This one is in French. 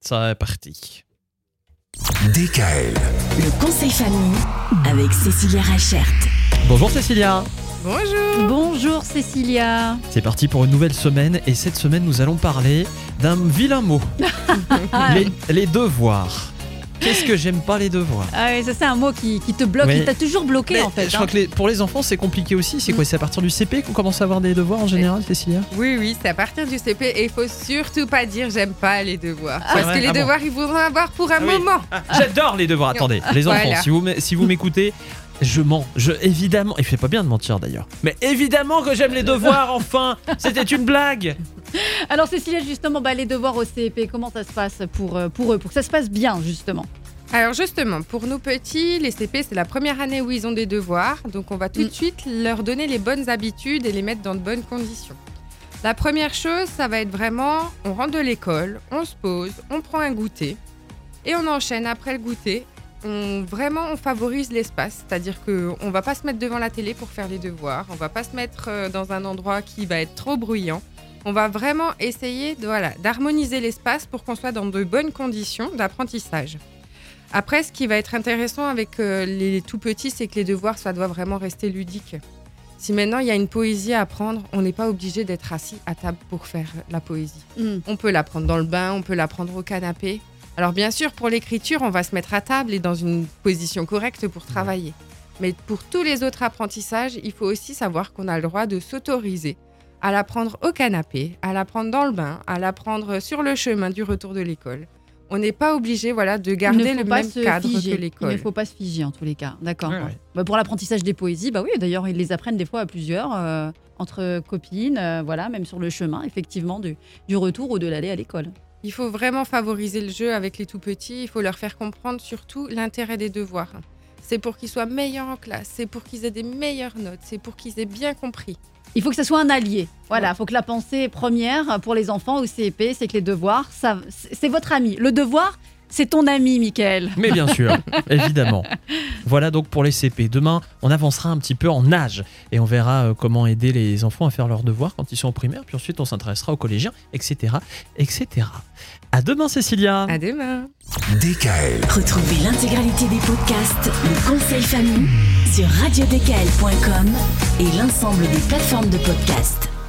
Ça est parti. DKL. Le conseil famille avec Cécilia Rachert. Bonjour Cécilia. Bonjour. Bonjour Cécilia. C'est parti pour une nouvelle semaine et cette semaine nous allons parler d'un vilain mot. les devoirs. Qu'est-ce que j'aime pas les devoirs? Ah oui, ça c'est un mot qui te bloque, Oui. qui t'a toujours bloqué Mais en fait. je crois que pour les enfants c'est compliqué aussi. C'est quoi? C'est à partir du CP qu'on commence à avoir des devoirs en général, Cécilia? Oui, c'est à partir du CP et il faut surtout pas dire j'aime pas les devoirs. Parce vrai? que les Ah bon. devoirs, ils vont en avoir pour un moment. J'adore les devoirs. Attendez, les enfants, Voilà. si vous m'écoutez, je mens. Évidemment, il fait pas bien de mentir d'ailleurs. Mais évidemment que j'aime les devoirs, enfin. C'était une blague. Alors Cécilia, justement, les devoirs au CP, comment ça se passe pour eux, pour que ça se passe bien justement? Alors justement, pour nos petits, les CP, c'est la première année où ils ont des devoirs. Donc on va tout de suite leur donner les bonnes habitudes et les mettre dans de bonnes conditions. La première chose, ça va être vraiment, on rentre de l'école, on se pose, on prend un goûter et on enchaîne après le goûter. On favorise l'espace, c'est-à-dire qu'on ne va pas se mettre devant la télé pour faire les devoirs, on ne va pas se mettre dans un endroit qui va être trop bruyant. On va vraiment essayer d'harmoniser l'espace pour qu'on soit dans de bonnes conditions d'apprentissage. Après, ce qui va être intéressant avec les tout petits, c'est que les devoirs, ça doit vraiment rester ludique. Si maintenant il y a une poésie à apprendre, on n'est pas obligé d'être assis à table pour faire la poésie. On peut l'apprendre dans le bain, on peut l'apprendre au canapé. Alors bien sûr, pour l'écriture, on va se mettre à table et dans une position correcte pour travailler. Mais pour tous les autres apprentissages, il faut aussi savoir qu'on a le droit de s'autoriser à l'apprendre au canapé, à l'apprendre dans le bain, à l'apprendre sur le chemin du retour de l'école. On n'est pas obligé de garder le même cadre que l'école. Il ne faut pas se figer en tous les cas, d'accord. Ouais. Pour l'apprentissage des poésies, oui, d'ailleurs ils les apprennent des fois à plusieurs, entre copines, même sur le chemin effectivement du retour ou de l'aller à l'école. Il faut vraiment favoriser le jeu avec les tout-petits. Il faut leur faire comprendre surtout l'intérêt des devoirs. C'est pour qu'ils soient meilleurs en classe, c'est pour qu'ils aient des meilleures notes, c'est pour qu'ils aient bien compris. Il faut que ça soit un allié. Voilà, il faut que la pensée première pour les enfants au CP, c'est que les devoirs, c'est votre ami. Le devoir, c'est ton ami, Mickaël. Mais bien sûr, évidemment. Voilà donc pour les CP. Demain, on avancera un petit peu en âge et on verra comment aider les enfants à faire leurs devoirs quand ils sont en primaire. Puis ensuite, on s'intéressera aux collégiens, etc., etc. À demain, Cécilia. À demain. DKL. Retrouvez l'intégralité des podcasts Le conseil famille sur radiodkl.com et l'ensemble des plateformes de podcasts.